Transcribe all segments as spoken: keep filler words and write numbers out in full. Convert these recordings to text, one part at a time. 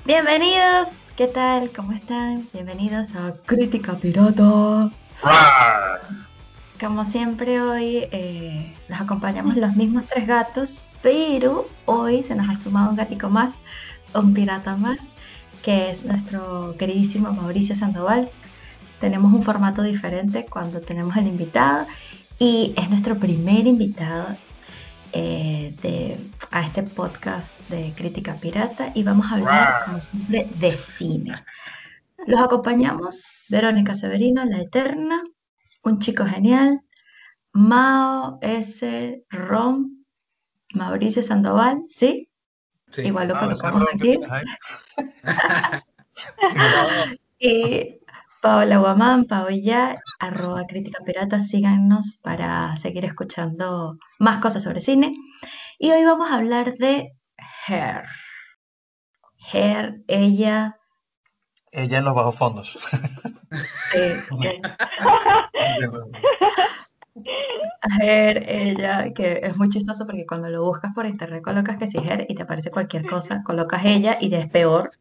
Bienvenidos, ¿qué tal? ¿Cómo están? Bienvenidos a Crítica Pirata. ¡Rar! Como siempre hoy eh, nos acompañamos los mismos tres gatos, pero hoy se nos ha sumado un gatico más, un pirata más, que es nuestro queridísimo Mauricio Sandoval. Tenemos un formato diferente cuando tenemos el invitado y es nuestro primer invitado eh, de, a este podcast de Crítica Pirata y vamos a hablar, ¡Rar! como siempre, de cine. Los acompañamos Verónica Severino, la Eterna, un chico genial, Mao S. Rom, Mauricio Sandoval, ¿sí? Sí. Igual lo Ah, ese colocamos ron que aquí. tienes ahí. Sí. Y Paola Guamán, Pao y ya, arroba Crítica Pirata, síganos para seguir escuchando más cosas sobre cine. Y hoy vamos a hablar de Her. Her, ella, Ella en los bajos fondos. sí, es Her, ella, que es muy chistoso porque cuando lo buscas por internet colocas que sí Her y te aparece cualquier cosa, colocas ella y es peor.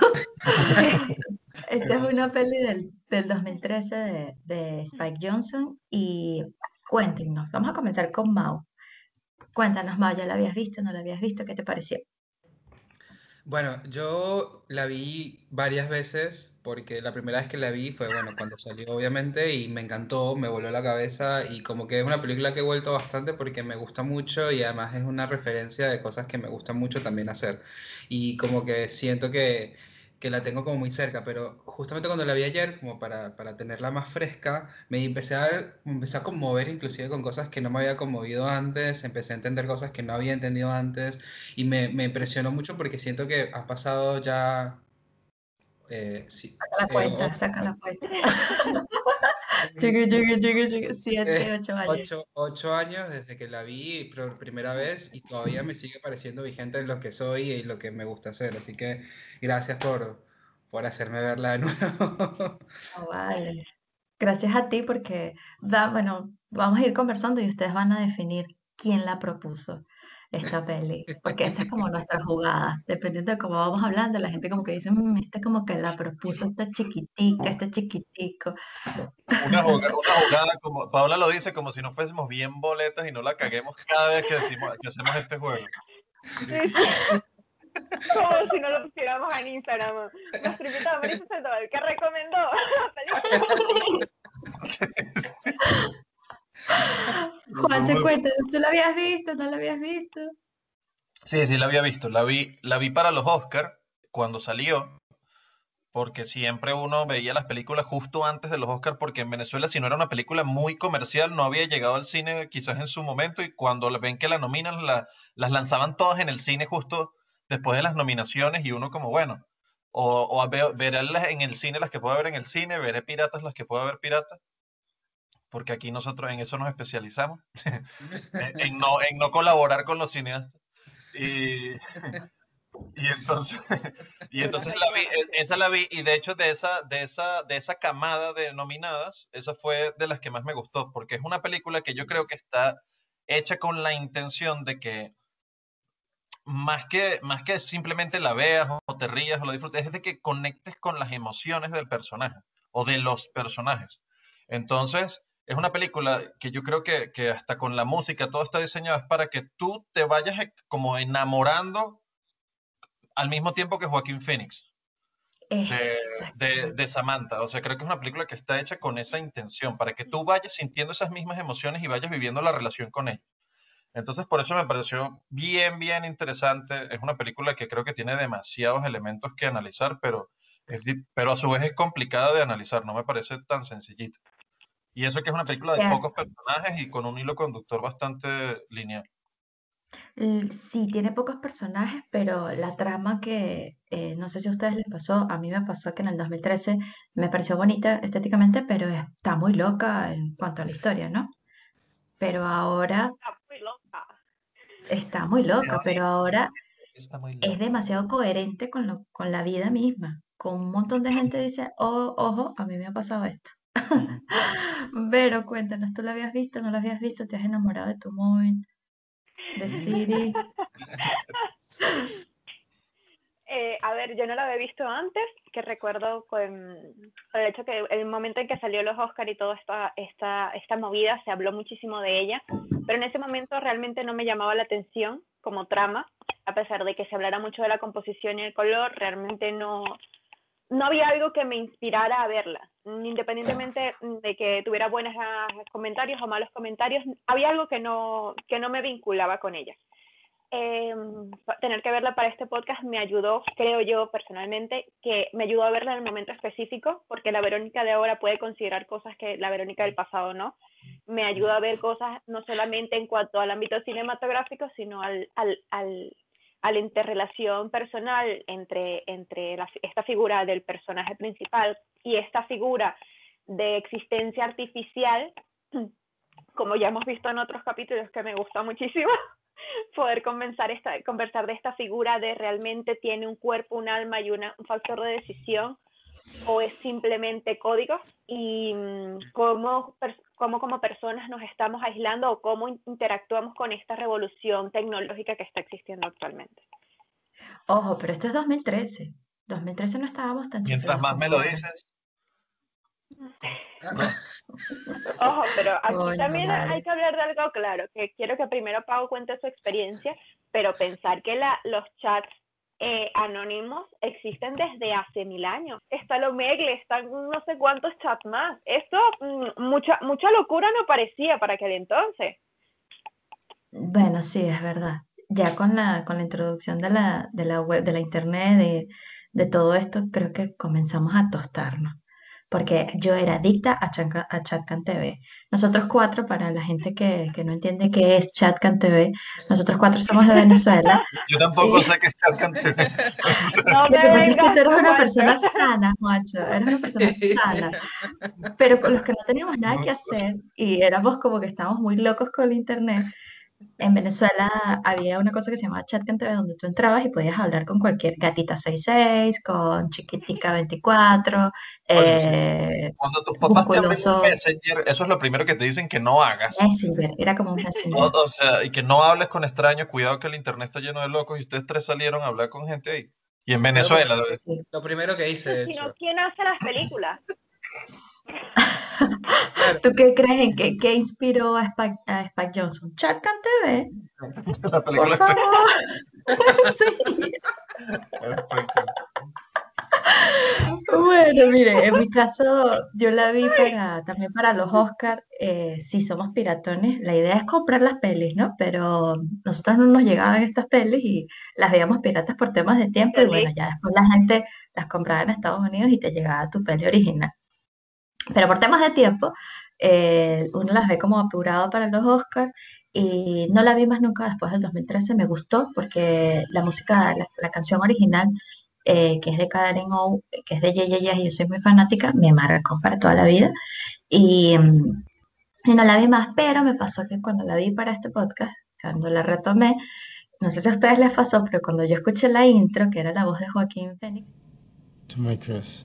Esta es una peli del, del dos mil trece de, de Spike Jonze y cuéntenos, vamos a comenzar con Mau. Cuéntanos, Mau, ¿ya la habías visto? ¿No la habías visto? ¿Qué te pareció? Bueno, yo la vi varias veces porque la primera vez que la vi fue, bueno, cuando salió obviamente y me encantó, me voló la cabeza y como que es una película que he vuelto bastante porque me gusta mucho y además es una referencia de cosas que me gustan mucho también hacer. Y como que siento que, que la tengo como muy cerca, pero justamente cuando la vi ayer, como para, para tenerla más fresca, me empecé a, me empecé a conmover inclusive con cosas que no me había conmovido antes, empecé a entender cosas que no había entendido antes. Y me, me impresionó mucho porque siento que ha pasado ya eh, sí, Saca sí, la eh, cuenta, ocho, saca la cuenta. Chiqui, chiqui, chiqui, chiqui, siete, eh, ocho años. ocho- ocho años desde que la vi por primera vez y todavía me sigue pareciendo vigente en lo que soy y lo que me gusta hacer. Así que gracias por, por hacerme verla de nuevo. No vale. Gracias a ti porque, da, bueno, vamos a ir conversando y ustedes van a definir quién la propuso esta peli, porque esa es como nuestra jugada, dependiendo de cómo vamos hablando, la gente como que dice, "Mm, esta como que la propuso esta chiquitica, este chiquitico". Una jugada, una jugada como Paola lo dice, como si no fuésemos bien boletas y no la caguemos cada vez que decimos que hacemos este juego. Sí, sí. Como si no lo pusiéramos en Instagram. Nuestro invitado Mauricio Sandoval, que recomendó la película. Juancho, cuéntanos, ¿tú la habías visto? ¿No la habías visto? Sí, sí, la había visto. La vi, la vi para los Oscar cuando salió, porque siempre uno veía las películas justo antes de los Oscar, porque en Venezuela, si no era una película muy comercial, no había llegado al cine quizás en su momento, y cuando la- ven que la nominan, la- las lanzaban todas en el cine justo después de las nominaciones, y uno como, bueno, o, o a ve- veré las en el cine las que pueda ver en el cine, veré piratas las que pueda ver piratas, porque aquí nosotros en eso nos especializamos, en, en no, en no colaborar con los cineastas. Y, y entonces, y entonces la vi, e- esa la vi, y de hecho de esa, de esa, de esa camada de nominadas, esa fue de las que más me gustó, porque es una película que yo creo que está hecha con la intención de que más que, más que simplemente la veas o te rías o la disfrutes, es de que conectes con las emociones del personaje o de los personajes. Entonces, es una película que yo creo que, que hasta con la música, todo está diseñado es para que tú te vayas eh, como enamorando al mismo tiempo que Joaquín Phoenix de, de, Exactamente. de Samantha. O sea, creo que es una película que está hecha con esa intención, para que tú vayas sintiendo esas mismas emociones y vayas viviendo la relación con ella. Entonces, por eso me pareció bien, bien interesante. Es una película que creo que tiene demasiados elementos que analizar, pero, es, di- pero a su vez es complicada de analizar, no me parece tan sencillita. Y eso que es una película de Ya, pocos personajes y con un hilo conductor bastante lineal. l- sí, tiene pocos personajes, pero la trama que, eh, no sé si a ustedes les pasó, a mí me pasó que en el dos mil trece me pareció bonita estéticamente, pero está muy loca en cuanto a la historia, ¿no? Pero ahora Está muy loca. está muy loca, pero ahora Está muy es loco. demasiado coherente con lo, con la vida misma. Con un montón de gente dice, oh, ojo, a mí me ha pasado esto. Pero cuéntanos, ¿tú la habías visto? ¿No la habías visto? ¿Te has enamorado de tu móvil? ¿De Siri? Eh, a ver, yo no la había visto antes, que recuerdo con, con el hecho que el momento en que salió los Oscar y toda esta, esta, esta movida, se habló muchísimo de ella, pero en ese momento realmente no me llamaba la atención como trama, a pesar de que se hablara mucho de la composición y el color, realmente no, no había algo que me inspirara a verla, independientemente de que tuviera buenos comentarios o malos comentarios, había algo que no, que no me vinculaba con ella. Eh, tener que verla para este podcast me ayudó, creo yo personalmente, que me ayudó a verla en el momento específico, porque la Verónica de ahora puede considerar cosas que la Verónica del pasado no. Me ayuda a ver cosas no solamente en cuanto al ámbito cinematográfico, sino al, al, al, a la interrelación personal entre, entre la, esta figura del personaje principal y esta figura de existencia artificial, como ya hemos visto en otros capítulos, que me gusta muchísimo. Poder conversar, esta, conversar de esta figura de realmente tiene un cuerpo, un alma y una, un factor de decisión, o es simplemente códigos, y cómo, cómo como personas nos estamos aislando o cómo interactuamos con esta revolución tecnológica que está existiendo actualmente. Ojo, pero esto es dos mil trece. dos mil trece no estábamos tan Mientras chiflados más como me lo ahora. dices, Ojo, pero aquí Coño, también vale. hay que hablar de algo claro, que quiero que primero Pau cuente su experiencia, pero pensar que la, los chats eh, anónimos existen desde hace mil años. Está lo Omegle, están no sé cuántos chats más. Esto, mm, mucha, mucha locura no parecía para aquel entonces. Bueno, sí, es verdad. Ya con la, con la introducción de la, de la web, de la internet, de, de todo esto, creo que comenzamos a tostarnos. Porque yo era adicta a, Chanca- a Chatcan T V. Nosotros cuatro, para la gente que, que no entiende qué es Chatcan T V, nosotros cuatro somos de Venezuela. yo tampoco sé qué estás cantando. No Lo me que pasa es que vengas tú eres tú, una Juancho. persona sana, macho, eres una persona sana, pero con los que no teníamos nada que hacer y éramos como que estábamos muy locos con el internet. En Venezuela había una cosa que se llamaba Chat T V donde tú entrabas y podías hablar con cualquier gatita sesenta y seis, con chiquitica veinticuatro, Oye, sí. eh, Cuando tus papás te abren un musculoso, Messenger, eso es lo primero que te dicen que no hagas. Messenger, era como un O, Messenger. o sea, y que no hables con extraños, cuidado que el internet está lleno de locos y ustedes tres salieron a hablar con gente ahí. Y en Fue lo primero, Venezuela, Sí. lo primero que hice, de Sino hecho. quién hace las películas. Claro. ¿Tú qué crees en qué, qué inspiró a Spike, a Spike Johnson? Chat T V, la por película está... favor. Sí. Perfecto. Bueno, mire, en mi caso yo la vi para también para los Oscars. Eh, si somos piratones, la idea es comprar las pelis, ¿no? Pero nosotros no nos llegaban estas pelis y las veíamos piratas por temas de tiempo y bueno, ya después la gente las compraba en Estados Unidos y te llegaba tu peli original. Pero por temas de tiempo, eh, uno las ve como apurado para los Oscars y no la vi más nunca después del dos mil trece. Me gustó porque la música, la, la canción original, eh, que es de Karen O, que es de Ye Ye Ye, y yo soy muy fanática, me marcó para toda la vida. Y, mm, y no la vi más, pero me pasó que cuando la vi para este podcast, cuando la retomé, no sé si a ustedes les pasó, pero cuando yo escuché la intro, que era la voz de Joaquín Phoenix, To my Chris.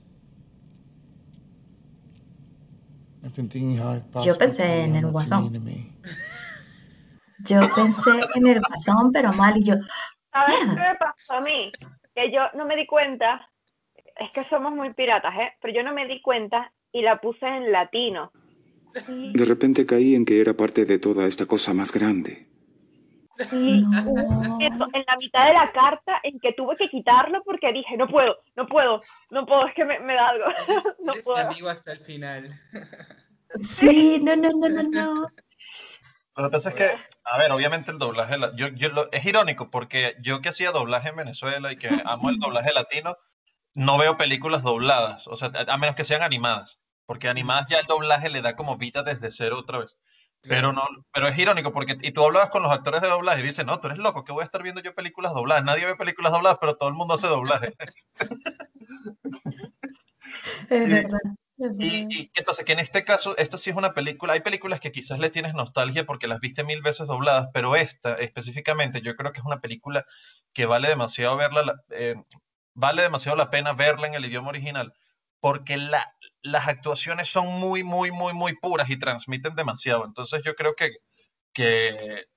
I've been thinking how I could yo possibly pensé tell you en how el much you mean Guasón. to me. Yo pensé en el Guasón, pero mal, y yo, ¿Sabes qué mierda. me pasó a mí? Que yo no me di cuenta, es que somos muy piratas, ¿eh? Pero yo no me di cuenta y la puse en latino. Y, De repente caí en que era parte de toda esta cosa más grande. y hubo un momento No. en la mitad de la carta en que tuve que quitarlo porque dije, no puedo, no puedo, no puedo, es que me, me da algo. Eres, No eres mi puedo. amigo hasta el final. Sí, no, no, no, no, no. Lo que pasa es que, a ver, obviamente el doblaje, la- yo, yo lo- es irónico porque yo que hacía doblaje en Venezuela y que amo el doblaje latino, no veo películas dobladas, o sea, a, a menos que sean animadas, porque animadas ya el doblaje le da como vida desde cero otra vez. Pero Claro. no, pero es irónico porque y tú hablabas con los actores de doblaje y dicen, no, tú eres loco, que voy a estar viendo yo películas dobladas. Nadie ve películas dobladas, pero todo el mundo hace doblaje. Es Y, verdad, es y, verdad. y qué pasa, que en este caso, esto sí es una película, hay películas que quizás le tienes nostalgia porque las viste mil veces dobladas, pero esta específicamente yo creo que es una película que vale demasiado verla, la- eh, vale demasiado la pena verla en el idioma original, porque la, las actuaciones son muy, muy, muy, muy puras y transmiten demasiado. Entonces yo creo que, que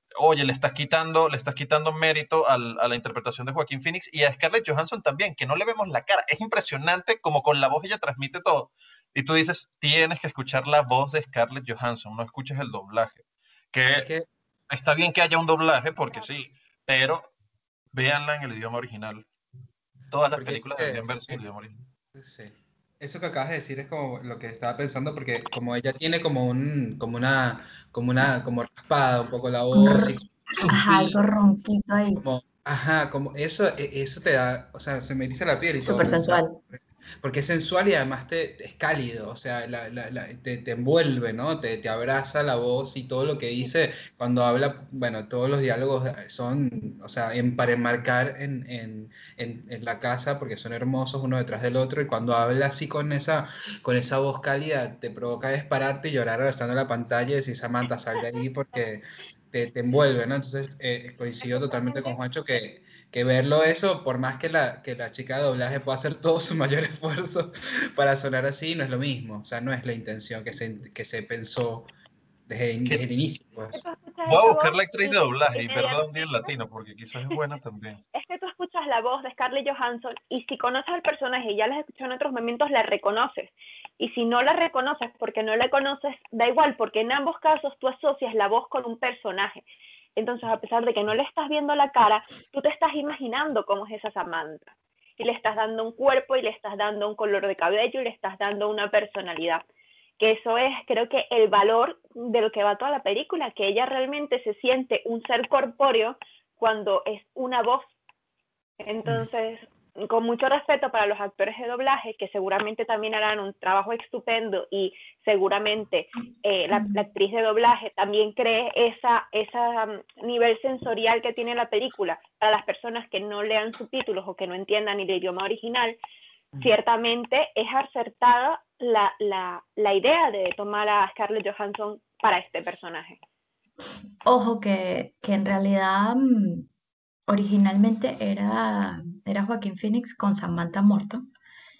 oye, le estás quitando, le estás quitando mérito al, a la interpretación de Joaquín Phoenix y a Scarlett Johansson también, que no le vemos la cara. Es impresionante como con la voz ella transmite todo. Y tú dices, tienes que escuchar la voz de Scarlett Johansson, no escuches el doblaje. Que Es que, está bien que haya un doblaje, porque sí, pero véanla en el idioma original. Todas las porque es películas que, deberían verse en eh, el idioma original. sí. Eso que acabas de decir es como lo que estaba pensando, porque como ella tiene como un, como una, como una, como raspada un poco la Un voz y r- como ajá, sutil, algo ronquito ahí, como, ajá, como eso, e- eso te da, o sea, se me eriza la piel y todo súper pensar. sensual. Porque es sensual y además te, es cálido, o sea, la- la- la- te, te envuelve, ¿no? Te, te abraza la voz y todo lo que dice cuando habla, bueno, todos los diálogos son, o sea, en, para enmarcar en, en, en, en la casa porque son hermosos uno detrás del otro y cuando habla así con esa, con esa voz cálida te provoca dispararte y llorar estando en la pantalla y decir, Samantha, sal de ahí porque te, te envuelve, ¿no? Entonces, eh, coincido totalmente con Exactamente. Juancho que que verlo eso, por más que la, que la chica de doblaje pueda hacer todo su mayor esfuerzo para sonar así, no es lo mismo. O sea, no es la intención que se, que se pensó desde, Que desde el inicio, Que pues. tú escuchas voy a esa buscar voz la actriz y de doblaje y verla un día en inmediatamente latino, porque quizás es buena también. es que tú escuchas la voz de Scarlett Johansson y si conoces al personaje y ya la has escuchado en otros momentos, la reconoces. Y si no la reconoces porque no la conoces, da igual, porque en ambos casos tú asocias la voz con un personaje. Entonces, a pesar de que no le estás viendo la cara, tú te estás imaginando cómo es esa Samantha. Y le estás dando un cuerpo y le estás dando un color de cabello y le estás dando una personalidad. Que eso es, creo que el valor de lo que va toda la película, que ella realmente se siente un ser corpóreo cuando es una voz. Entonces, con mucho respeto para los actores de doblaje, que seguramente también harán un trabajo estupendo y seguramente eh, la, la, actriz de doblaje también cree esa, esa um, nivel sensorial que tiene la película para las personas que no lean subtítulos o que no entiendan el idioma original, ciertamente es acertada la, la, la idea de tomar a Scarlett Johansson para este personaje. Ojo que, que en realidad mm, originalmente era, era Joaquín Phoenix con Samantha Morton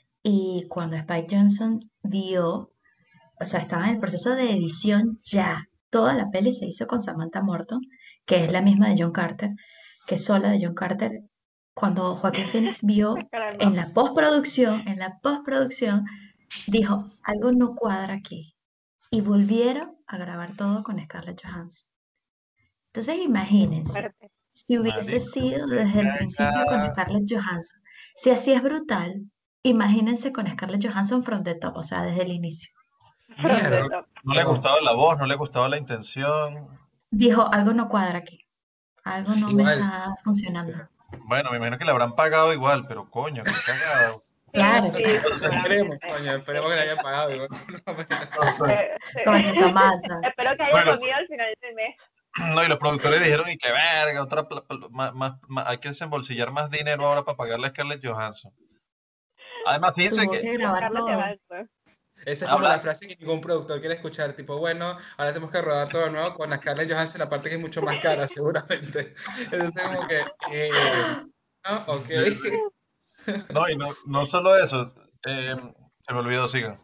y cuando Spike Jonze vio, o sea, estaba en el proceso de edición ya, toda la peli se hizo con Samantha Morton, que es la misma de John Carter, que es sola de John Carter. Cuando Joaquín Phoenix vio en la postproducción, en la postproducción, dijo, algo no cuadra aquí. Y volvieron a grabar todo con Scarlett Johansson. Entonces imagínense, si hubiese Marico, sido desde el principio con Scarlett Johansson, si así es brutal, imagínense con Scarlett Johansson from the top, o sea, desde el inicio. Mierda. no le No. gustaba la voz, no le gustaba la intención. Dijo, algo no cuadra aquí, algo no me Igual. está funcionando. Bueno, me imagino que le habrán pagado igual, pero coño, qué cagado. Claro, Sí, Esperemos, seguramente. coño, esperemos que le hayan pagado. Igual. Eh, sí. coño, Samantha. Espero que haya Bueno, comido al final del mes. no, y los productores dijeron, y que verga, otra, pla- pla- más, más- más- hay que desembolsillar más dinero ahora para pagarle a Scarlett Johansson. Además, fíjense Tuvo que que Y grabar Scarlett todo. Johansson. Esa es como habla, la frase que ningún productor quiere escuchar, tipo, bueno, ahora tenemos que rodar todo de nuevo con la Scarlett Johansson, la parte que es mucho más cara, seguramente. Entonces, como que, eh, no, ok. no, y no, no solo eso, eh, se me olvidó, sigan.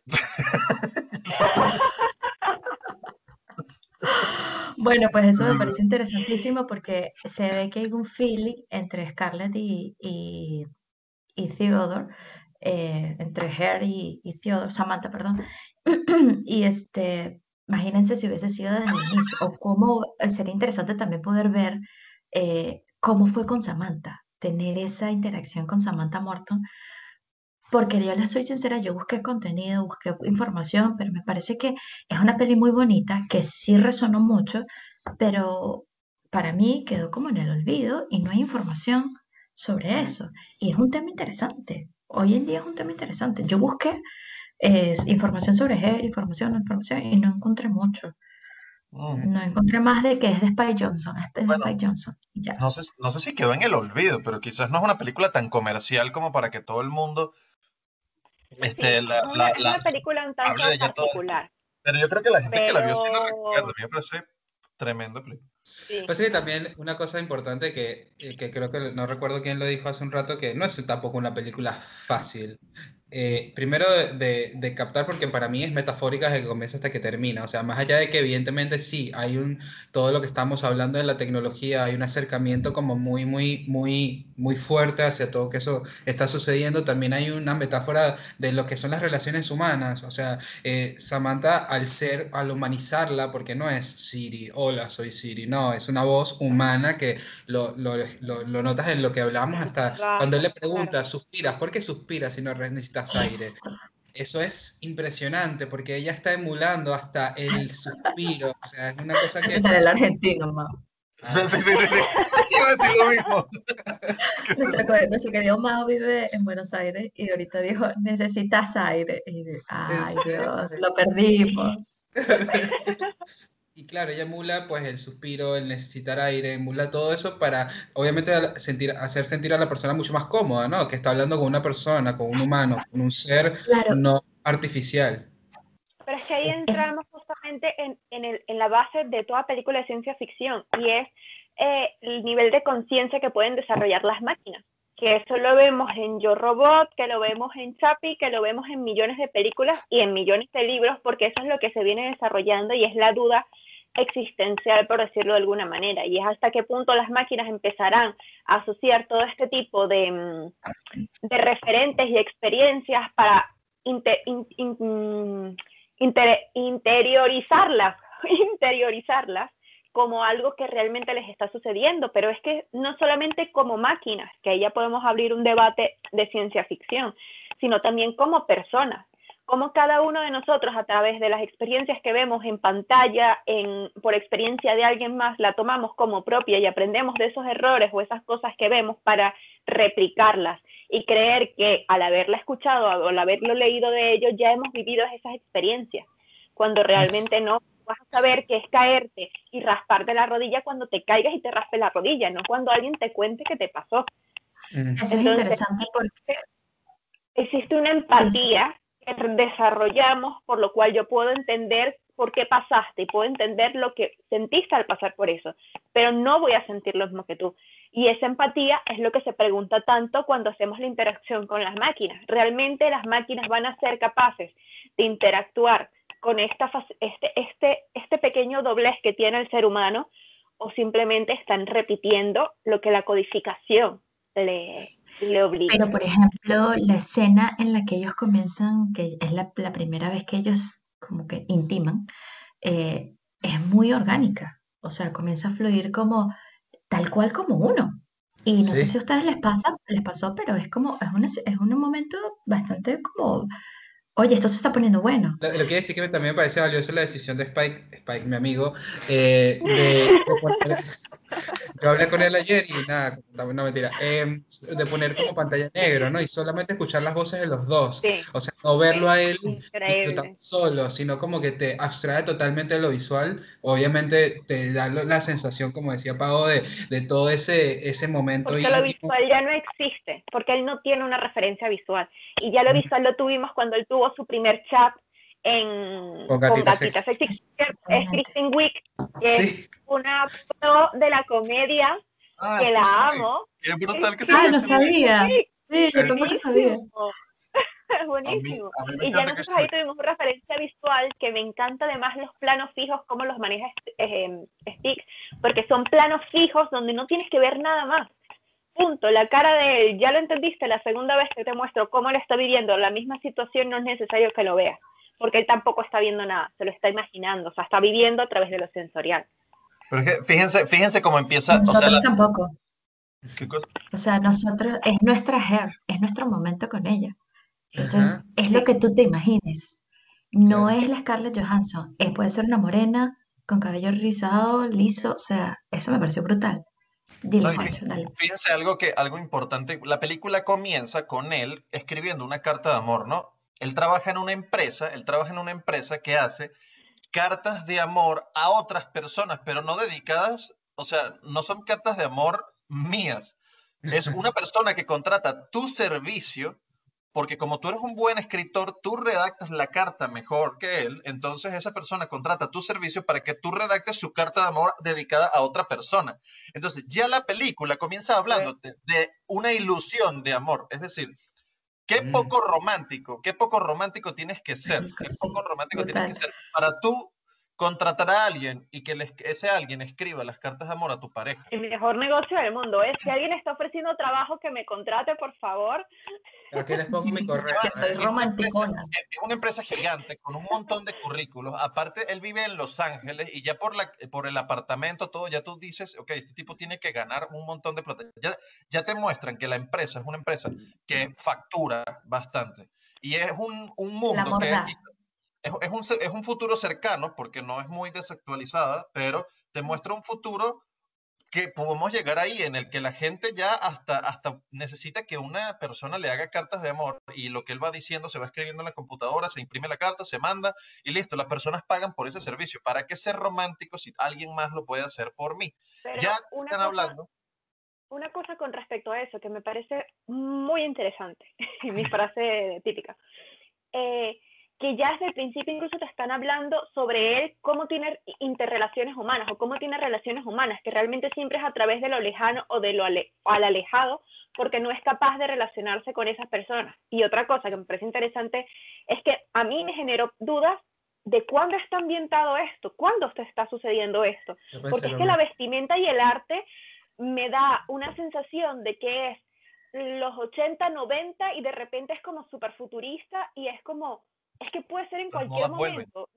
Bueno, pues eso me parece interesantísimo porque se ve que hay un feeling entre Scarlett y, y, y Theodore, eh, entre Her y, y Theodore, Samantha, perdón. Y este, imagínense si hubiese sido desde el inicio, o cómo eh, sería interesante también poder ver eh, cómo fue con Samantha, tener esa interacción con Samantha Morton, porque yo les soy sincera, yo busqué contenido, busqué información, pero me parece que es una peli muy bonita, que sí resonó mucho, pero para mí quedó como en el olvido y no hay información sobre eso. Y es un tema interesante. Hoy en día es un tema interesante. Yo busqué eh, información sobre él, información, información, y no encontré mucho. Mm, No encontré más de que es de Spike Jonze, es de Bueno, Spike Jonze. y Ya. no sé, no sé si quedó en el olvido, pero quizás no es una película tan comercial como para que todo el mundo Sí, este, la, es una, la, es la- una película un hable de tanto ella todo esto. particular, Pero yo creo que la gente que la vio sí la recuerda. A pero mí me parece tremendo película. sí. Pasa que también una cosa importante que, eh, que creo que no recuerdo quién lo dijo hace un rato, que no es tampoco una película fácil. eh, primero de, de- de captar, porque para mí es metafórica desde que comienza hasta que termina. O sea, más allá de que evidentemente sí, hay un, todo lo que estamos hablando de la tecnología, hay un acercamiento como muy, muy, muy, muy fuerte hacia todo que eso está sucediendo, también hay una metáfora de lo que son las relaciones humanas. O sea, eh, Samantha al ser, al humanizarla, porque no es Siri, hola, soy Siri, no, es una voz humana que lo, lo, lo, lo notas en lo que hablamos hasta cuando él le Claro. pregunta, ¿suspiras? ¿Por qué suspiras si no re- necesitas aire? Esto. Eso es impresionante porque ella está emulando hasta el suspiro. O sea, es una cosa Te que... sale el argentino, ma. Sí, sí, sí, sí. Iba a decir lo mismo. Nuestro, co- nuestro querido Mao vive en Buenos Aires y ahorita dijo, necesitas aire. Y, ay, Dios, es- lo perdimos. Y claro, ella emula pues el suspiro, el necesitar aire, emula todo eso para obviamente al- sentir, hacer sentir a la persona mucho más cómoda, ¿no? Que está hablando con una persona, con un humano, con un ser Claro, no artificial. Pero es que ahí es, entramos justamente en, en, el, en la base de toda película de ciencia ficción y es eh, el nivel de conciencia que pueden desarrollar las máquinas. Que eso lo vemos en Yo Robot, que lo vemos en Chappie, que lo vemos en millones de películas y en millones de libros, porque eso es lo que se viene desarrollando y es la duda existencial, por decirlo de alguna manera. Y es hasta qué punto las máquinas empezarán a asociar todo este tipo de, mm, de referentes y experiencias para inter, in, in, inter, interiorizarlas, interiorizarlas como algo que realmente les está sucediendo, pero es que no solamente como máquinas, que ahí ya podemos abrir un debate de ciencia ficción, sino también como personas, como cada uno de nosotros a través de las experiencias que vemos en pantalla, en, por experiencia de alguien más, la tomamos como propia y aprendemos de esos errores o esas cosas que vemos para replicarlas y creer que al haberla escuchado o al haberlo leído de ellos ya hemos vivido esas experiencias, cuando realmente no. Vas a saber que es caerte y rasparte la rodilla cuando te caigas y te raspe la rodilla, no cuando alguien te cuente que te pasó. Mm. eso es Entonces, interesante porque, existe una sí, sí, empatía que desarrollamos, por lo cual yo puedo entender por qué pasaste y puedo entender lo que sentiste al pasar por eso, pero no voy a sentir lo mismo que tú. Y esa empatía es lo que se pregunta tanto cuando hacemos la interacción con las máquinas. ¿Realmente las máquinas van a ser capaces de interactuar con esta, este, este, este pequeño doblez que tiene el ser humano o simplemente están repitiendo lo que la codificación le, le obliga? pero por ejemplo, la escena en la que ellos comienzan, que es la, la primera vez que ellos como que intiman, eh, es muy orgánica, o sea, comienza a fluir como tal cual como uno. Y no sé si Sí. a ustedes les pasa, les pasó, pero es como, es un, es un momento bastante como, oye, esto se está poniendo bueno. Lo, lo que quiero decir que también me parece valiosa la decisión de Spike, Spike, mi amigo, eh, de, de poner, yo hablé con él ayer y nada, no, no, mentira, em, de poner como pantalla negra, ¿no? Y solamente escuchar las voces de los dos, Sí, o sea, no verlo a él disfrutando increíble. solo, sino como que te abstrae totalmente de lo visual, obviamente te da lo- la sensación, como decía Pau, de, de todo ese, ese momento Porque lo íntimo. visual ya no existe, porque él no tiene una referencia visual. Y ya lo Mm, visual lo tuvimos cuando él tuvo su primer chat en, con con gatita Gatita sexy. Sexy. Es Exactamente. Kristen Wiig, que es Sí, una pro de la comedia, Ah, es que Kristen la Wiig. amo. Qué Es brutal que sea Ah, no Kristen Wiig. Kristen sabía. Wiig, Sí, yo El- tampoco sabía. buenísimo. a mí, Buenísimo. a mí me Y ya encanta nosotros Kristen ahí Wiig. tuvimos una referencia visual que me encanta además los planos fijos, cómo los maneja eh, Sticks, porque son planos fijos donde no tienes que ver nada más. Punto, la cara de él, ya lo entendiste, la segunda vez que te muestro cómo él está viviendo la misma situación, no es necesario que lo veas, porque él tampoco está viendo nada, se lo está imaginando, o sea, está viviendo a través de lo sensorial. Pero es que fíjense, fíjense cómo empieza, o sea, Nosotros la, tampoco. ¿qué cosa? O sea, nosotros, es nuestra hair, es nuestro momento con ella. Entonces, ajá, es lo Sí, que tú te imagines. No claro. es la Scarlett Johansson. Eh, puede ser una morena con cabello rizado, liso. O sea, eso me pareció brutal. Dile, No, y fí- Juancho, dale. fíjense algo que, algo importante, la película comienza con él escribiendo una carta de amor, ¿no? Él trabaja en una empresa, él trabaja en una empresa que hace cartas de amor a otras personas, pero no dedicadas, o sea, no son cartas de amor mías. Es una persona que contrata tu servicio, porque como tú eres un buen escritor, tú redactas la carta mejor que él, entonces esa persona contrata tu servicio para que tú redactes su carta de amor dedicada a otra persona. Entonces ya la película comienza hablando de, de una ilusión de amor, es decir, Qué Mm. poco romántico, qué poco romántico tienes que ser, Marico, qué sí, poco romántico tienes que total. ser para tú contratar a alguien y que les- ese alguien escriba las cartas de amor a tu pareja. El mejor negocio del mundo es, si alguien está ofreciendo trabajo, que me contrate, por favor. Aquí les pongo mi correo. Que soy Es una empresa, romanticona. es una empresa gigante con un montón de currículos. Aparte, él vive en Los Ángeles y ya por, la, por el apartamento, todo, ya tú dices, ok, este tipo tiene que ganar un montón de plata. Ya, ya te muestran que la empresa es una empresa que factura bastante. Y es un, un El mundo amor que da. es, es, un, es un futuro cercano, porque no es muy desactualizada, pero te muestra un futuro que podemos llegar ahí en el que la gente ya hasta, hasta necesita que una persona le haga cartas de amor y lo que él va diciendo se va escribiendo en la computadora, se imprime la carta, se manda y listo, las personas pagan por ese servicio. ¿Para qué ser romántico si alguien más lo puede hacer por mí? Pero Ya una están cosa, hablando. una cosa con respecto a eso que me parece muy interesante, mi frase típica, eh, que ya desde el principio incluso te están hablando sobre él, cómo tiene interrelaciones humanas o cómo tiene relaciones humanas, que realmente siempre es a través de lo lejano o de lo ale al alejado, porque no es capaz de relacionarse con esas personas. Y otra cosa que me parece interesante es que a mí me generó dudas de cuándo está ambientado esto, cuándo está sucediendo esto, Yo pensé porque es lo que la mismo. vestimenta y el arte me da una sensación de que es los ochenta, noventa y de repente es como súper futurista y es como, es que puede ser en Las cualquier modas vuelven. momento.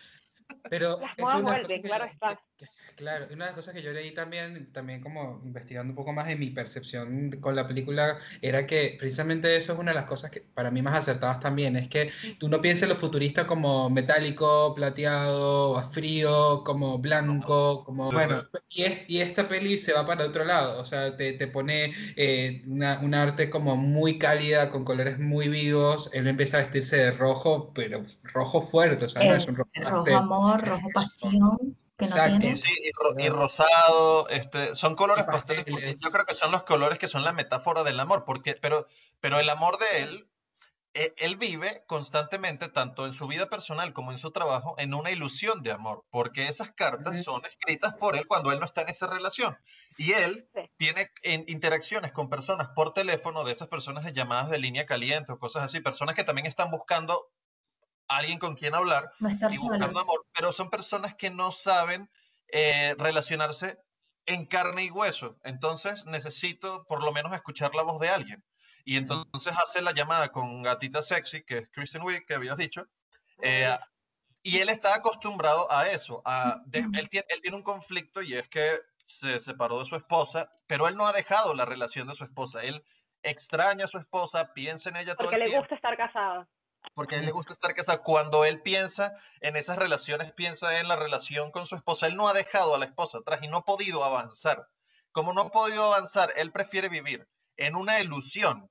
Pero Las esa es modas una de las cosas vuelven, que claro yo, está. que- que- claro, una de las cosas que yo leí también, también como investigando un poco más de mi percepción con la película, era que precisamente eso es una de las cosas que para mí más acertadas también, es que tú no pienses lo futurista como metálico, plateado, frío, como blanco, como, bueno, y, es, y esta peli se va para otro lado, o sea, te, te pone eh, una, un arte como muy cálida, con colores muy vivos, él empieza a vestirse de rojo, pero rojo fuerte, o sea, no es un Es rojo rojo pastel. amor, rojo pasión, que no Exacto. Y tiene. sí, y, Sí, ro y rosado, este, son y colores pasteles porque yo pasteles. creo que son los colores que son la metáfora del amor, porque, pero, pero el amor de él, eh, él vive constantemente, tanto en su vida personal como en su trabajo, en una ilusión de amor, porque esas cartas Ujú. son escritas por él cuando él no está en esa relación. Y él Sí. tiene en, interacciones con personas por teléfono, de esas personas de llamadas de línea caliente o cosas así, personas que también están buscando alguien con quien hablar No estar y buscando solos. amor, pero son personas que no saben eh, relacionarse en carne y hueso. Entonces necesito por lo menos escuchar la voz de alguien. Y entonces hace la llamada con Gatita Sexy, que es Kristen Wiig, que habías dicho, eh, y él está acostumbrado a eso. A, de, él, tiene, él tiene un conflicto y es que se separó de su esposa, pero él no ha dejado la relación de su esposa. Él extraña a su esposa, piensa en ella todo Porque el le tiempo gusta estar casado. porque a él le gusta estar casado. Cuando él piensa en esas relaciones, piensa en la relación con su esposa. Él no ha dejado a la esposa atrás y no ha podido avanzar. Como no ha podido avanzar, él prefiere vivir en una ilusión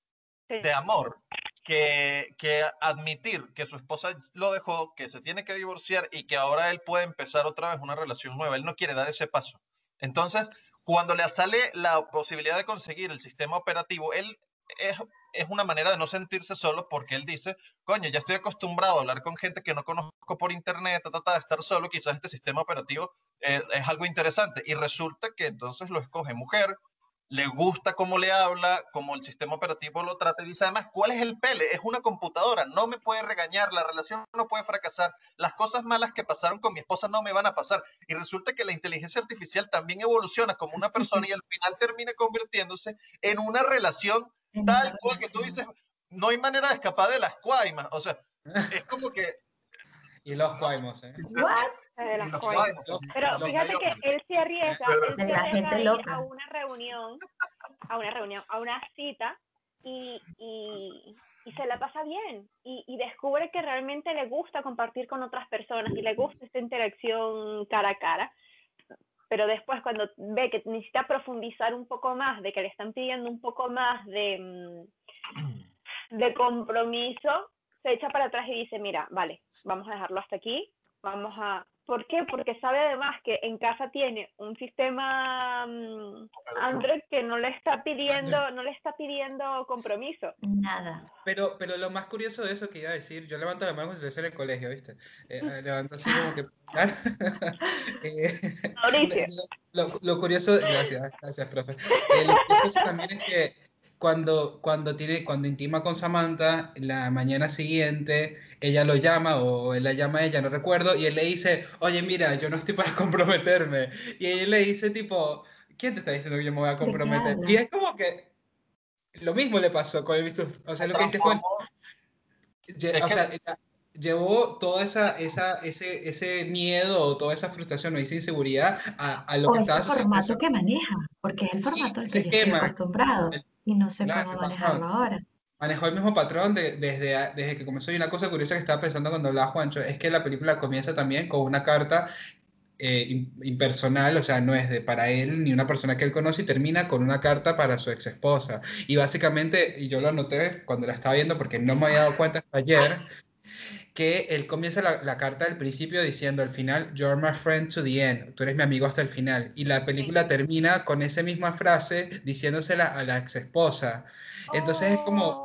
Sí. de amor que, que admitir que su esposa lo dejó, que se tiene que divorciar y que ahora él puede empezar otra vez una relación nueva. Él no quiere dar ese paso. Entonces, cuando le sale la posibilidad de conseguir el sistema operativo, él es, es una manera de no sentirse solo porque él dice, coño, ya estoy acostumbrado a hablar con gente que no conozco por internet, ta, ta, ta, estar solo, quizás este sistema operativo eh, es algo interesante. Y resulta que entonces lo escoge mujer, le gusta cómo le habla, cómo el sistema operativo lo trata y dice además, ¿cuál es el pele? Es una computadora, no me puede regañar, la relación no puede fracasar, las cosas malas que pasaron con mi esposa no me van a pasar. Y resulta que la inteligencia artificial también evoluciona como una persona y al final termina convirtiéndose en una relación En una tal cual que tú relación. dices, no hay manera de escapar de las cuaimas. O sea, es como que... Y los No, cuaimos, ¿eh? ¿What? De y las los coimas. cuaimas, Los, Pero los fíjate que cuaimos. él se arriesga, pero- él De se la arriesga gente a ir loca. a una reunión, a una reunión, a una cita y, y, y se la pasa bien y, y descubre que realmente le gusta compartir con otras personas y le gusta esta interacción cara a cara. Pero después cuando ve que necesita profundizar un poco más, de que le están pidiendo un poco más de, de compromiso, se echa para atrás y dice, mira, vale, vamos a dejarlo hasta aquí, vamos a... ¿Por qué? Porque sabe además que en casa tiene un sistema um, Android que no le está pidiendo, no le está pidiendo compromiso. Nada. Pero, pero lo más curioso de eso que iba a decir, yo levanto la mano como si estuviese en el colegio, ¿viste? Eh, eh, levanto así como que... eh, Mauricio. lo, lo curioso, gracias, gracias, profe. Eh, lo curioso también es que cuando, cuando, tiene, cuando intima con Samantha, la mañana siguiente, ella lo llama o él la llama a ella, no recuerdo, y él le dice, oye, mira, yo no estoy para comprometerme. Y él le dice tipo, ¿quién te está diciendo que yo me voy a ¿De qué comprometer? Y hablas? es como que lo mismo le pasó con el Visus- o sea, Se lo que dice es como, transformó. lle- Es o que sea, ella llevó toda esa, esa, ese, ese miedo o toda esa frustración o esa inseguridad a, a lo O que ese estaba sucediendo en ese formato que momento. maneja, porque es el Sí, formato al ese que yo estoy esquema, acostumbrado el- y no sé cómo claro, manejarlo ajá. ahora. Manejó el mismo patrón de- desde, a- desde que comenzó. Y una cosa curiosa que estaba pensando cuando hablaba Juancho es que la película comienza también con una carta eh, im- impersonal, o sea, no es de para él ni una persona que él conoce y termina con una carta para su ex esposa. Y básicamente, y yo lo anoté cuando la estaba viendo porque no me había dado cuenta hasta ayer, que él comienza la, la carta al principio diciendo al final, You're my friend to the end, tú eres mi amigo hasta el final. Y la Sí. película termina con esa misma frase diciéndosela a la ex esposa. Entonces es como,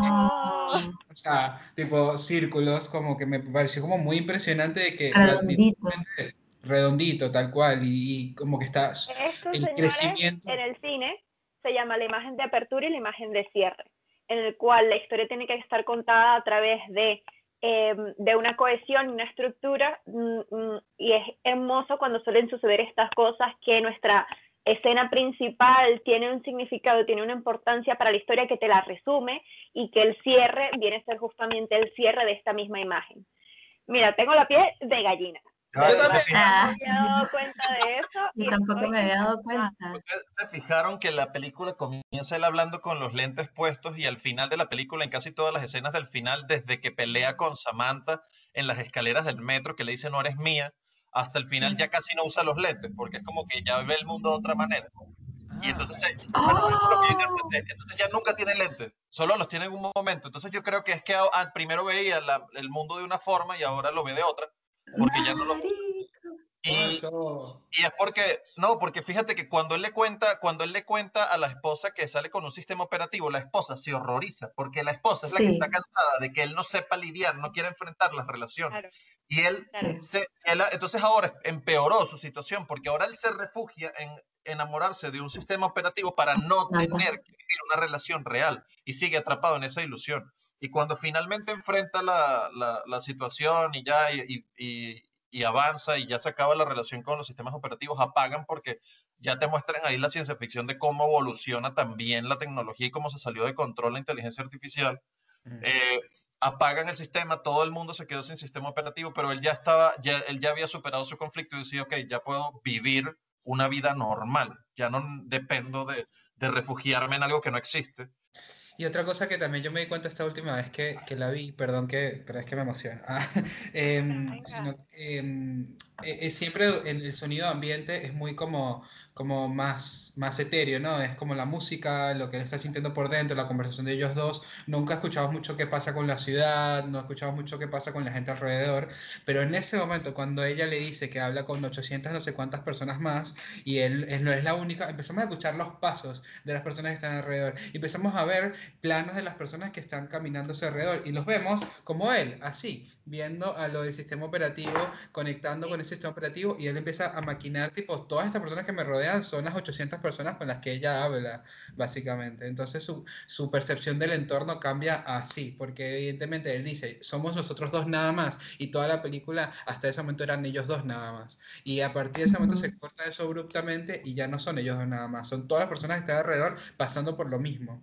Oh, Ah, o sea, tipo círculos, como que me pareció como muy impresionante de que la- redondito. literalmente redondito, tal cual, y, y como que está s- esto, el señores, crecimiento. en el cine se llama la imagen de apertura y la imagen de cierre, en el cual la historia tiene que estar contada a través de, eh, de una cohesión y una estructura, mm, mm, y es hermoso cuando suelen suceder estas cosas, que nuestra escena principal tiene un significado, tiene una importancia para la historia que te la resume, y que el cierre viene a ser justamente el cierre de esta misma imagen. Mira, tengo la piel de gallina. De Yo Ya, se verdad también. que no me fijaron, Ah, había dado cuenta de eso yo y tampoco estoy me había dado encantada. cuenta. ustedes se fijaron que la película comienza él hablando con los lentes puestos y al final de la película, en casi todas las escenas del final, desde que pelea con Samantha en las escaleras del metro, que le dice no eres mía, hasta el final ya casi no usa los lentes, porque es como que ya ve el mundo de otra manera. Y Ah, entonces, eh, bueno, eso es lo que yo ¡Oh! interpreté. Entonces ya nunca tiene lentes, solo los tiene en un momento. Entonces yo creo que es que a- al primero veía la- el mundo de una forma y ahora lo ve de otra, porque ya no lo usa. Marico. Y, Juancho. y es porque, no, porque fíjate que cuando él le cuenta, cuando él le cuenta a la esposa que sale con un sistema operativo, la esposa se horroriza, porque la esposa es la que está Sí, cansada de que él no sepa lidiar, no quiere enfrentar las relaciones. Claro, Y él, claro. sí. se, él entonces ahora empeoró su situación, porque ahora él se refugia en enamorarse de un sistema operativo para no Manta. tener que vivir una relación real y sigue atrapado en esa ilusión. Y cuando finalmente enfrenta la, la, la situación y ya y, y, y avanza y ya se acaba la relación con los sistemas operativos, apagan porque ya te muestran ahí la ciencia ficción de cómo evoluciona también la tecnología y cómo se salió de control la inteligencia artificial. Mm. Eh, apagan el sistema, todo el mundo se quedó sin sistema operativo, pero él ya estaba, ya, él ya había superado su conflicto y decía, ok, ya puedo vivir una vida normal, ya no dependo de, de refugiarme en algo que no existe. Y otra cosa que también yo me di cuenta esta última vez que, que la vi, perdón que, pero es que me emociona, ah, Venga, em, venga. sino, em, e- es siempre el, el sonido ambiente es muy como, como más, más etéreo, ¿no? Es como la música, lo que él está sintiendo por dentro, la conversación de ellos dos. Nunca escuchamos mucho qué pasa con la ciudad, no escuchamos mucho qué pasa con la gente alrededor, pero en ese momento, cuando ella le dice que habla con ochocientas no sé cuántas personas más y él, él no es la única, empezamos a escuchar los pasos de las personas que están alrededor y empezamos a ver planos de las personas que están caminando a su alrededor y los vemos como él, así, viendo a lo del sistema operativo, conectando con el sistema operativo y él empieza a maquinar, tipo, todas estas personas que me rodean son las ochocientas personas con las que ella habla, básicamente. Entonces su, su percepción del entorno cambia así, porque evidentemente él dice, somos nosotros dos nada más y toda la película hasta ese momento eran ellos dos nada más. Y a partir de ese momento Ujú. se corta eso abruptamente y ya no son ellos dos nada más, son todas las personas que están alrededor pasando por lo mismo.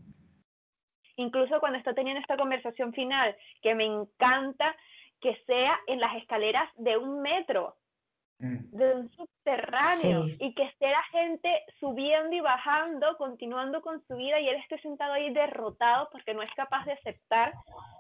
Incluso cuando está teniendo esta conversación final, que me encanta que sea en las escaleras de un metro, Mm. de un subterráneo, Sí. y que esté la gente subiendo y bajando, continuando con su vida, y él esté sentado ahí derrotado porque no es capaz de aceptar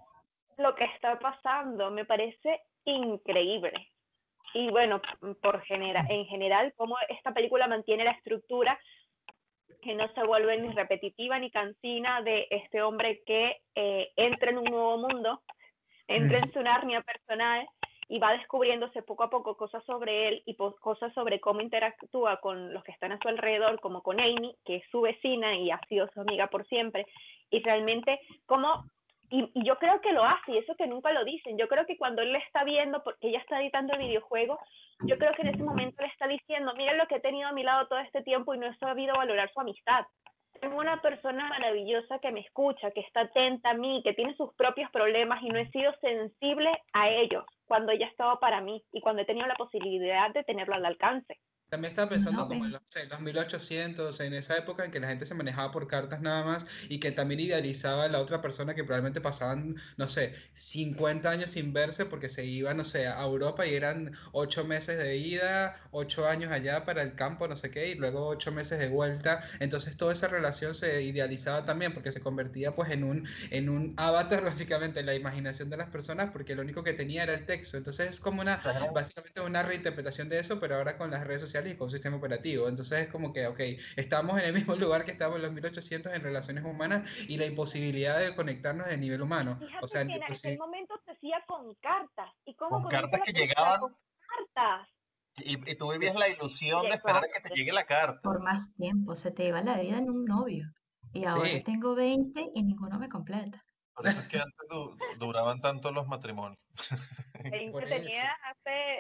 lo que está pasando. Me parece increíble. Y bueno, por genera, en general, cómo esta película mantiene la estructura, que no se vuelve ni repetitiva ni cansina, de este hombre que eh, entra en un nuevo mundo, entra en Mm. su Narnia personal y va descubriéndose poco a poco cosas sobre él y cosas sobre cómo interactúa con los que están a su alrededor, como con Amy, que es su vecina y ha sido su amiga por siempre, y realmente cómo, y, y yo creo que lo hace, y eso que nunca lo dicen, yo creo que cuando él le está viendo, porque ella está editando el videojuego, yo creo que en ese momento le está diciendo, mira lo que he tenido a mi lado todo este tiempo y no he sabido valorar su amistad. tengo una persona maravillosa que me escucha, que está atenta a mí, que tiene sus propios problemas y no he sido sensible a ellos cuando ella ha estado para mí y cuando he tenido la posibilidad de tenerlo al alcance. También estaba pensando No, como en ven, los, no sé, los mil ochocientos, en esa época en que la gente se manejaba por cartas nada más y que también idealizaba a la otra persona que probablemente pasaban, no sé, cincuenta años sin verse porque se iban, no sé, a Europa y eran ocho meses de ida, ocho años allá para el campo, no sé qué, y luego ocho meses de vuelta. Entonces toda esa relación se idealizaba también porque se convertía pues en un, en un avatar básicamente en la imaginación de las personas porque lo único que tenía era el texto. Entonces es como una, Esas eran- básicamente una reinterpretación de eso, pero ahora con las redes sociales y con un sistema operativo. Entonces es como que, ok, estamos en el mismo lugar que estábamos en los mil ochocientos en relaciones humanas y la imposibilidad de conectarnos a nivel humano. O Fíjate sea, que la en aquel imposi- momento se hacía con cartas. ¿Y cómo con comienza cartas la que película? llegaban Con cartas. y, y tú vivías la ilusión de esperar a que te Exacto. llegue la carta. por más tiempo, se te iba la vida en un novio. Y ahora sí, tengo veinte y ninguno me completa. Por eso es que antes du- duraban tanto los matrimonios. por veinte eso. tenía hace...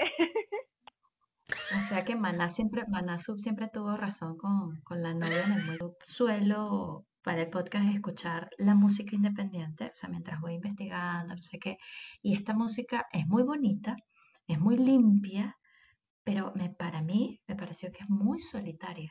O sea que Maná siempre, Maná Sub siempre tuvo razón con, con la novia en el muelle. Yo suelo para el podcast escuchar la música independiente, o sea, mientras voy investigando, no sé qué. Y esta música es muy bonita, es muy limpia, pero me, para mí me pareció que es muy solitaria,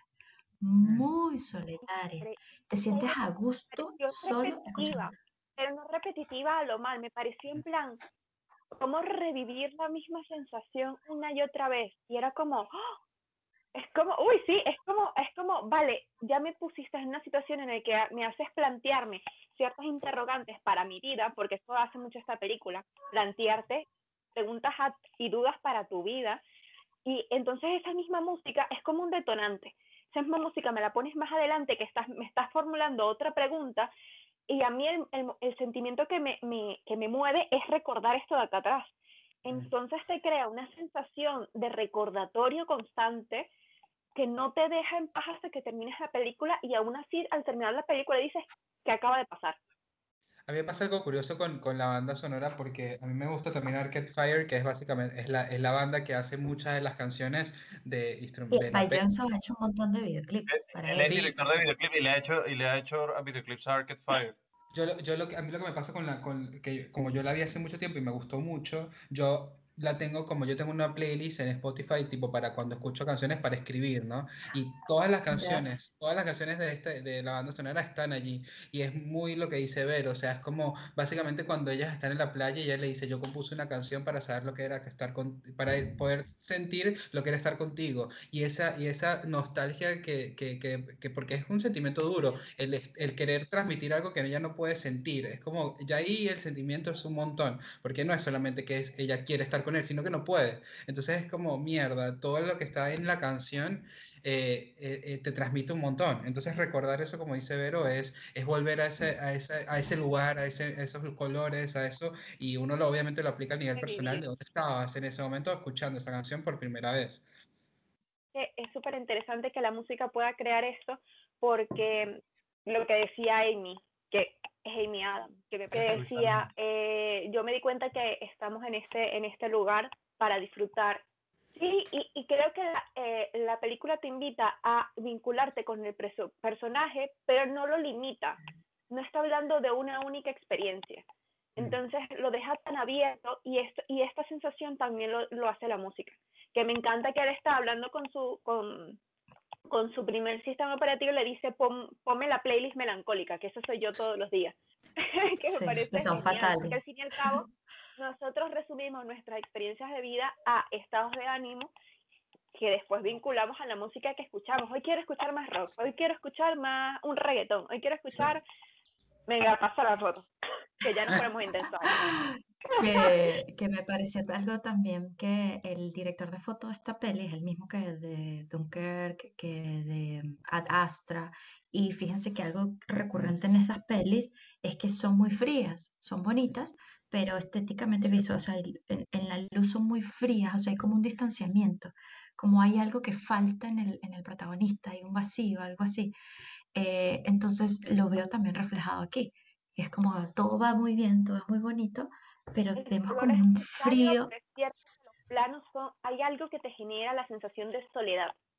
Mm, muy solitaria. Te sientes me a gusto pareció solo repetitiva, escuchándola. pero no repetitiva a lo mal. Me pareció en plan, como revivir la misma sensación una y otra vez. Y era como, ¡oh! Es como, uy, sí, es como, es como, vale, ya me pusiste en una situación en la que me haces plantearme ciertos interrogantes para mi vida, porque eso hace mucho esta película, plantearte preguntas y dudas para tu vida, y entonces esa misma música es como un detonante. Esa misma música me la pones más adelante, que estás, me estás formulando otra pregunta, y a mí el, el, el sentimiento que me, me, que me mueve es recordar esto de acá atrás. mm. Entonces te crea una sensación de recordatorio constante que no te deja en paz hasta que termines la película y aún así al terminar la película dices que acaba de pasar. A mí me pasa algo curioso con, con la banda sonora porque a mí me gusta también Arcade Fire, que es básicamente es la, es la banda que hace muchas de las canciones de, instru- Y de la Spike peli. Jonze ha hecho un montón de videoclips para Él es ella. Sí, director de videoclip y le ha hecho, y le ha hecho a videoclips a Arcade Fire. Yo, lo- yo lo que, a mí lo que me pasa con la, con, que como yo la vi hace mucho tiempo y me gustó mucho, yo la tengo como yo tengo una playlist en Spotify tipo para cuando escucho canciones para escribir, ¿no? Y todas las Ya. canciones, todas las canciones de, este, de la banda sonora están allí. Y es muy lo que dice Vero, o sea, es como básicamente cuando ellas están en la playa y ella le dice, yo compuse una canción para saber lo que era que estar con, para poder sentir lo que era estar contigo. Y esa, y esa nostalgia que, que, que, que porque es un sentimiento duro el, est- el querer transmitir algo que ella no puede sentir. Es como, ya ahí el sentimiento es un montón, porque no es solamente que es- ella quiere estar con él, sino que no puede. Entonces es como, mierda, todo lo que está en la canción eh, eh, eh, te transmite un montón. Entonces recordar eso, como dice Vero, es, es volver a ese, a ese, a ese lugar, a, ese, a esos colores, a eso, y uno lo, obviamente lo aplica a nivel personal Revivir. de dónde estabas en ese momento escuchando esa canción por primera vez. Es súper interesante que la música pueda crear esto porque lo que decía Amy, que es Amy Adams, que, que decía, Precisamente. eh, yo me di cuenta que estamos en este, en este lugar para disfrutar. Sí, y, y creo que la, eh, la película te invita a vincularte con el preso, personaje, pero no lo limita. No está hablando de una única experiencia. Mm. Entonces lo deja tan abierto y, esto, y esta sensación también lo, lo hace la música. Que me encanta que él está hablando con su, con, con su primer sistema operativo y le dice, Pon, ponme la playlist melancólica, que eso soy yo todos los días. Que me Sí, que parece son genial, porque fatales. al fin y al cabo nosotros resumimos nuestras experiencias de vida a estados de ánimo que después vinculamos a la música que escuchamos. Hoy quiero escuchar más rock, hoy quiero escuchar más un reggaetón, hoy quiero escuchar, venga, pasa la foto, que ya nos ponemos intensos aquí. Que, que me pareció algo también que el director de foto de esta peli es el mismo que de Dunkerque, que de Ad Astra. Y fíjense que algo recurrente en esas pelis es que son muy frías, son bonitas, pero estéticamente visual, o sea, el- en, en la luz son muy frías, o sea, hay como un distanciamiento, como hay algo que falta en el, en el protagonista, hay un vacío, algo así. Eh, entonces lo veo también reflejado aquí. Es como todo va muy bien, todo es muy bonito, pero El vemos color como es un muy cálido, frío. pero es cierto que los planos son, hay algo que te genera la sensación de soledad.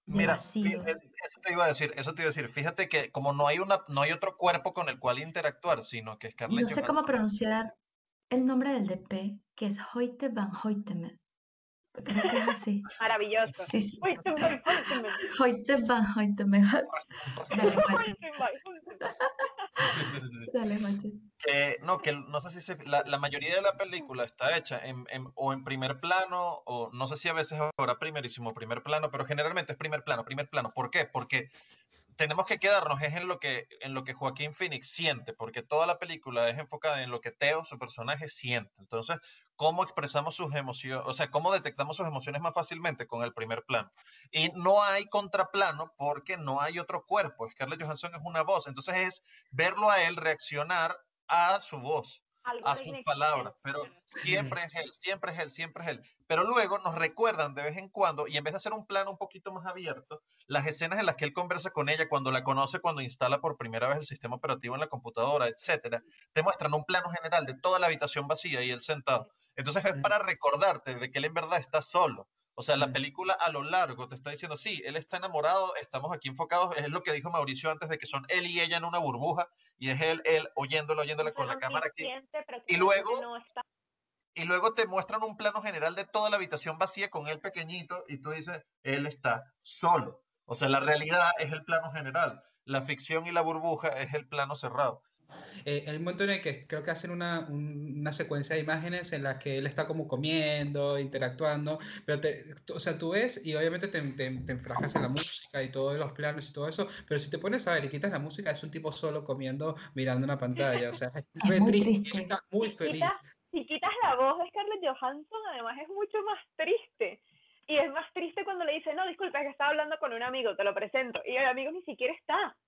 de Mira, fí- vacío. eh, eso te iba a decir, eso te iba a decir. Fíjate que como no hay una, no hay otro cuerpo con el cual interactuar, sino que No Scarlett sé cómo Johansson. pronunciar el nombre del D P, que es Hoyte van Hoytema. Creo que es así. Maravilloso. Sí, sí. Huittenberg, Huittenberg. Hoyte van Hoytema. Dale, Juanchi. Huittenberg, Huittenberg. Sí, sí, sí, sí. Dale, Juanchi. Que, no, que no sé si se- la, la mayoría de la película está hecha en, en- o en primer plano, o no sé si a veces ahora primerísimo primer plano, pero generalmente es primer plano, primer plano. ¿Por qué? Porque tenemos que quedarnos es en lo que, en lo que Joaquín Phoenix siente, porque toda la película es enfocada en lo que Theo, su personaje, siente. Entonces, ¿cómo expresamos sus emociones? O sea, ¿cómo detectamos sus emociones más fácilmente? Con el primer plano. Y no hay contraplano porque no hay otro cuerpo. Scarlett Johansson es una voz. Entonces es verlo a él reaccionar a su voz, Algo a de sus palabras, inexistente. pero Mm. siempre es él, siempre es él, siempre es él. Pero luego nos recuerdan de vez en cuando, y en vez de hacer un plano un poquito más abierto, las escenas en las que él conversa con ella, cuando la conoce, cuando instala por primera vez el sistema operativo en la computadora, etcétera, te muestran un plano general de toda la habitación vacía y él sentado. Entonces es Mm, para recordarte de que él en verdad está solo. O sea, la mm. película a lo largo te está diciendo, sí, él está enamorado, estamos aquí enfocados, es lo que dijo Mauricio antes de que son él y ella en una burbuja, y es él, él oyéndolo, oyéndole con Ser la cámara aquí. omnisciente, pero que Y realmente luego, no está. y luego te muestran un plano general de toda la habitación vacía con él pequeñito, y tú dices, él está solo. O sea, la realidad es el plano general, la ficción y la burbuja es el plano cerrado. Eh, hay un momento en el que creo que hacen una, un- una secuencia de imágenes en las que él está como comiendo, interactuando, pero te, tú- o sea, tú ves y obviamente te, te, te enfrascas en la música y todos los planos y todo eso, pero si te pones a ver y quitas la música, es un tipo solo comiendo, mirando una pantalla, o sea, es Es re muy triste y él triste. está muy Si quitas, feliz. si quitas la voz de Scarlett Johansson, además es mucho más triste. Y es más triste cuando le dice, no, disculpa, es que estaba hablando con un amigo, te lo presento. Y el amigo ni siquiera está.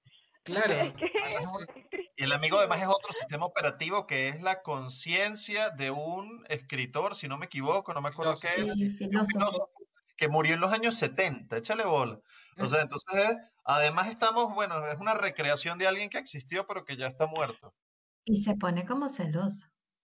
Es Claro, que sí, Además, es sí. un- es y el amigo además tristísimo. es otro sistema operativo que es la conciencia de un escritor, si no me equivoco, no me acuerdo qué Filósofo, es, Sí, sí. de un filósofo. filósofo que murió en los años setenta, échale bola. O sea, entonces, eh, además estamos, bueno, es una recreación de alguien que existió pero que ya está muerto. Y se pone como celoso.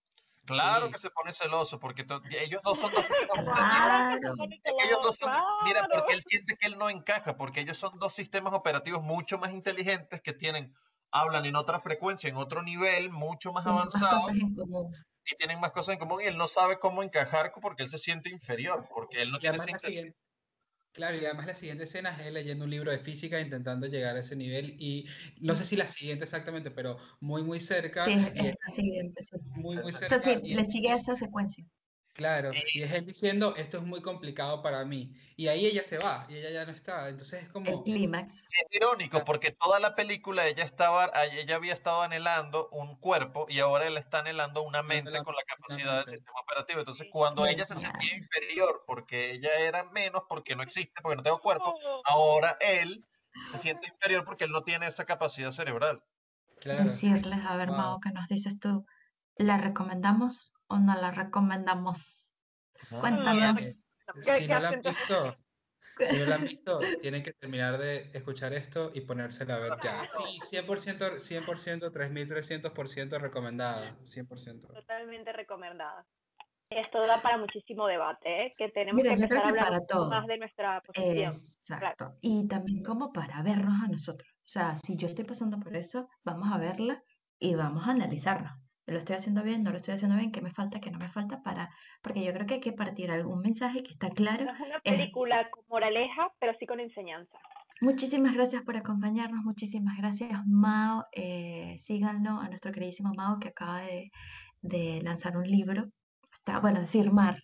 Claro que Sí. se pone celoso porque to- ellos dos son dos sistemas operativos. Claro que Claro. se pone Es que ellos colado, dos son, mira, claro. porque él siente que él no encaja, porque ellos son dos sistemas operativos mucho más inteligentes que tienen, hablan en otra frecuencia, en otro nivel, mucho más Tienen más avanzado cosas en común. y tienen más cosas en común y él no sabe cómo encajar porque él se siente inferior, porque él no Y tiene además esa la inteligencia. siguiente, claro, y además la siguiente escena es él leyendo un libro de física intentando llegar a ese nivel y no sé si la siguiente exactamente, pero muy muy cerca Sí, es y es es la siguiente, sí. muy muy O sea, sí, cerca y le sigue es esa secuencia. claro, y es él diciendo esto es muy complicado para mí y ahí ella se va y ella ya no está, entonces es El como clímax. Es irónico porque toda la película ella estaba, ella había estado anhelando un cuerpo y ahora él está anhelando una dando mente la, con la la capacidad del mente. sistema operativo. Entonces, Sí. cuando ella se Lesbiana. sentía inferior porque ella era menos, porque no existe, porque no tengo cuerpo, Oh, ahora él se siente inferior porque él no tiene esa capacidad cerebral. Claro, Decirles, a ver, wow. Mao, ¿qué nos dices tú? ¿La recomendamos o no la recomendamos? Ah, no la Eh, Cuéntanos. recomiendo. ¿Qué, si qué no la han acento es visto, ese? si no la han visto, tienen que terminar de escuchar esto y ponérsela a ver ya. Sí, cien por ciento, cien por ciento, tres mil trescientos por ciento recomendada, cien por ciento. Totalmente recomendada. Esto da para muchísimo debate, ¿eh? Que tenemos Mira, que yo creo empezar a que hablar un para poco más todo. de nuestra posición. Claro. Exacto. Y también como para vernos a nosotros. O sea, si yo estoy pasando por eso, vamos a verla y vamos a analizarla. ¿Lo estoy haciendo bien? ¿No lo estoy haciendo bien? ¿Qué me falta? ¿Qué no me falta? Para... Porque yo creo que hay que partir algún mensaje que está claro. No es una Es película con moraleja, pero sí con enseñanza. muchísimas gracias por acompañarnos, muchísimas gracias, Mao. Eh, síganlo a nuestro queridísimo Mao que acaba de, de lanzar un libro. Está, bueno, de firmar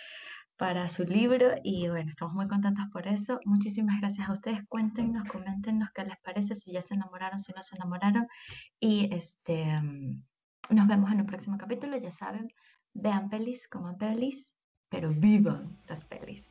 para su libro y bueno, estamos muy contentas por eso. Muchísimas gracias a ustedes. Cuéntenos, coméntenos qué les parece, si ya se enamoraron, si no se enamoraron. Y este, mm, nos vemos en un próximo capítulo. Ya saben, vean pelis, coman pelis, pero vivan las pelis.